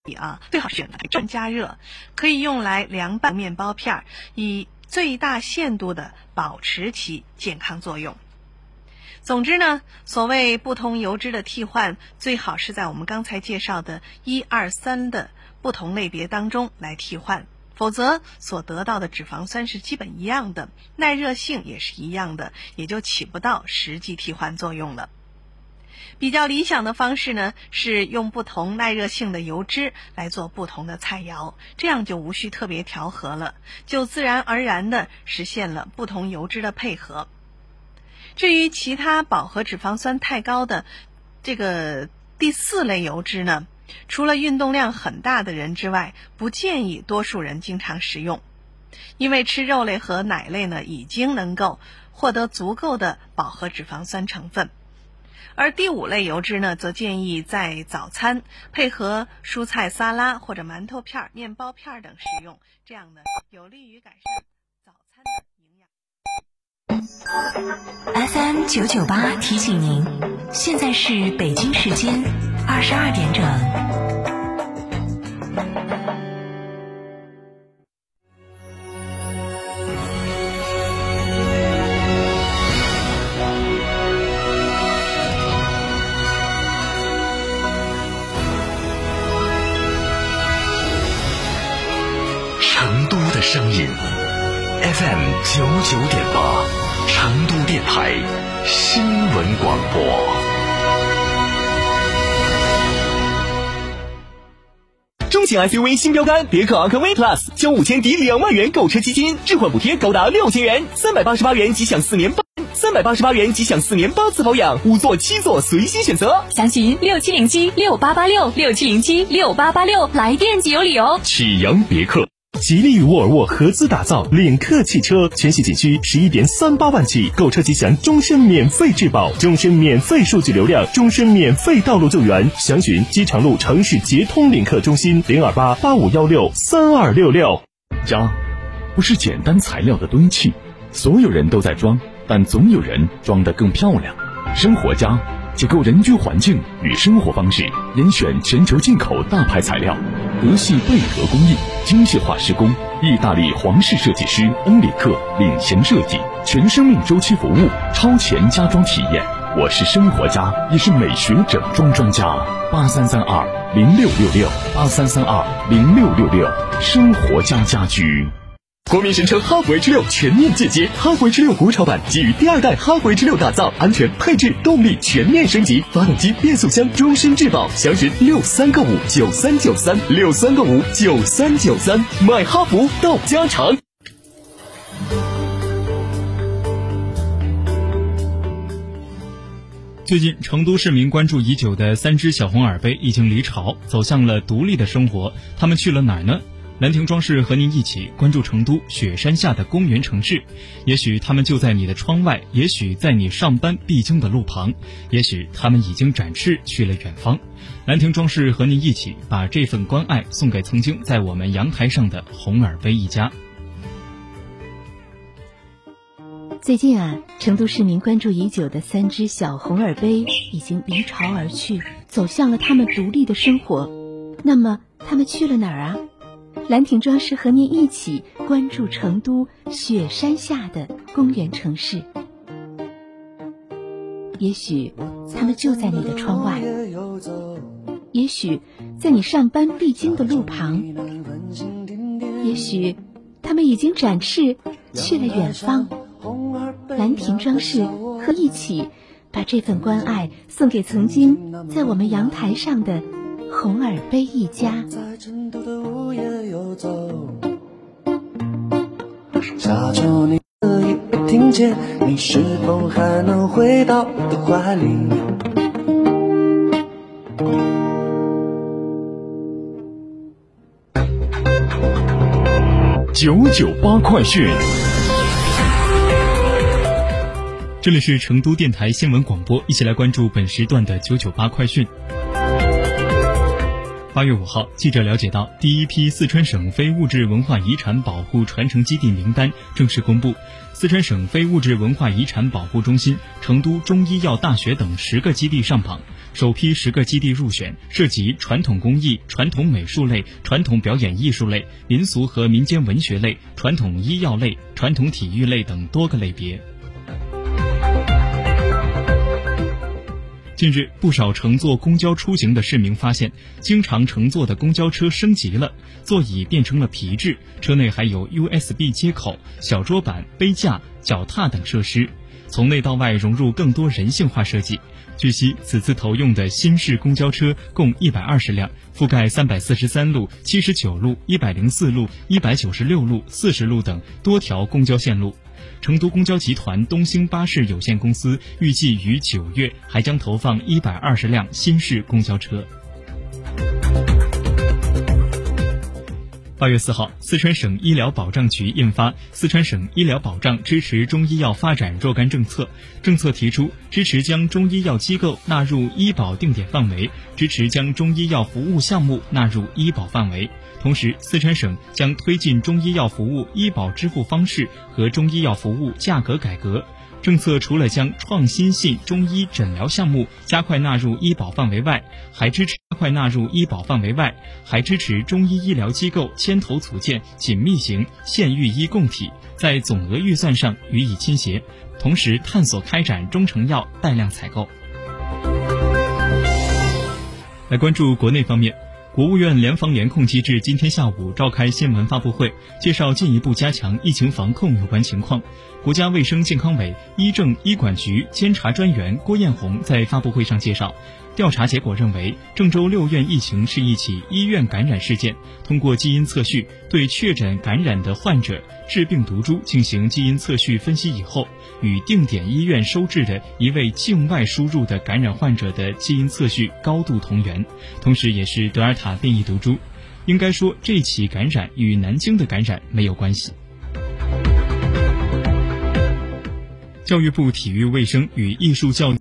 最好是选正加热，可以用来凉拌面包片，以最大限度的保持其健康作用。总之呢，所谓不同油脂的替换，最好是在我们刚才介绍的1、2、3的不同类别当中来替换，否则所得到的脂肪酸是基本一样的，耐热性也是一样的，也就起不到实际替换作用了。比较理想的方式呢，是用不同耐热性的油脂来做不同的菜肴，这样就无需特别调和了，就自然而然地实现了不同油脂的配合。至于其他饱和脂肪酸太高的这个第4类油脂呢，除了运动量很大的人之外，不建议多数人经常食用，因为吃肉类和奶类呢，已经能够获得足够的饱和脂肪酸成分。而第5类油脂呢，则建议在早餐配合蔬菜沙拉或者馒头片、面包片等食用，这样呢，有利于改善早餐的营养。 FM 998提醒您，现在是北京时间22点整。 成都的声音 FM 99.8，成都电台新闻广播。 中型 SUV 新标杆别克昂科威 Plus， 交5000抵2万元购车基金，置换补贴高达6000元，388元即享4年388元即享4年8次保养，5座7座随心选择。 详询6707688667076886，来电即有礼哦。 启阳别克。吉利与沃尔沃合资打造领克汽车，全系仅需11.38万起，购车即享终身免费质保、终身免费数据流量、终身免费道路救援。详询机场路城市捷通领克中心02885163266。 家不是简单材料的堆砌，所有人都在装，但总有人装得更漂亮。生活家解构人居环境与生活方式，严选全球进口大牌材料，德系贝壳工艺，精细化施工，意大利皇室设计师恩里克领衔设计，全生命周期服务，超前家装体验。我是生活家，也是美学整装专家。83320666，83320666，生活家家居。 国民神车哈弗 H6 全面进阶，哈弗 H6 国潮版基于第2代哈弗 H6 打造，安全、配置、动力全面升级，发动机、变速箱终身质保。详询63个59393，63个59393，买哈弗到家常。 最近，成都市民关注已久的3只小红耳杯已经离巢，走向了独立的生活。他们去了哪儿呢？兰亭装饰和您一起关注成都雪山下的公园城市，也许他们就在你的窗外，也许在你上班必经的路旁，也许他们已经展翅去了远方。兰亭装饰和您一起把这份关爱送给曾经在我们阳台上的红耳杯一家。 最近成都市民关注已久的3只小红耳杯已经离巢而去，走向了他们独立的生活。那么他们去了哪儿啊？兰亭装饰和您一起关注成都雪山下的公园城市。也许他们就在你的窗外，也许在你上班必经的路旁，也许他们已经展翅去了远方。兰亭装饰和一起把这份关爱送给曾经在我们阳台上的红耳杯一家。 假装你可以听见，你是否还能回到我的怀里 ？998快讯。 这里是成都电台新闻广播，一起来关注本时段的998快讯。 8月5号，记者了解到，第一批四川省非物质文化遗产保护传承基地名单正式公布。四川省非物质文化遗产保护中心、成都中医药大学等10个基地上榜，首批10个基地入选，涉及传统工艺、传统美术类、传统表演艺术类、民俗和民间文学类、传统医药类、传统体育类等多个类别。近日，不少乘坐公交出行的市民发现，经常乘坐的公交车升级了，座椅变成了皮质，车内还有 USB 接口、小桌板、杯架、脚踏等设施，从内到外融入更多人性化设计。据悉，此次投用的新式公交车共120辆，覆盖343路、79路、104路、196路、40路等多条公交线路。成都公交集团东兴巴士有限公司预计于9月还将投放120辆新式公交车。8月4号，四川省医疗保障局印发《四川省医疗保障支持中医药发展若干政策》，政策提出支持将中医药机构纳入医保定点范围，支持将中医药服务项目纳入医保范围。同时，四川省将推进中医药服务医保支付方式和中医药服务价格改革。政策除了将创新性中医诊疗项目加快纳入医保范围外，还支持中医医疗机构牵头组建紧密型县域医共体，在总额预算上予以倾斜，同时探索开展中成药带量采购。来关注国内方面，国务院联防联控机制今天下午召开新闻发布会，介绍进一步加强疫情防控有关情况。国家卫生健康委医政医管局监察专员郭艳红在发布会上介绍，调查结果认为，郑州6院疫情是一起医院感染事件，通过基因测序对确诊感染的患者致病毒株进行基因测序分析以后，与定点医院收治的一位境外输入的感染患者的基因测序高度同源，同时也是德尔塔变异毒株。应该说，这起感染与南京的感染没有关系。教育部体育卫生与艺术教育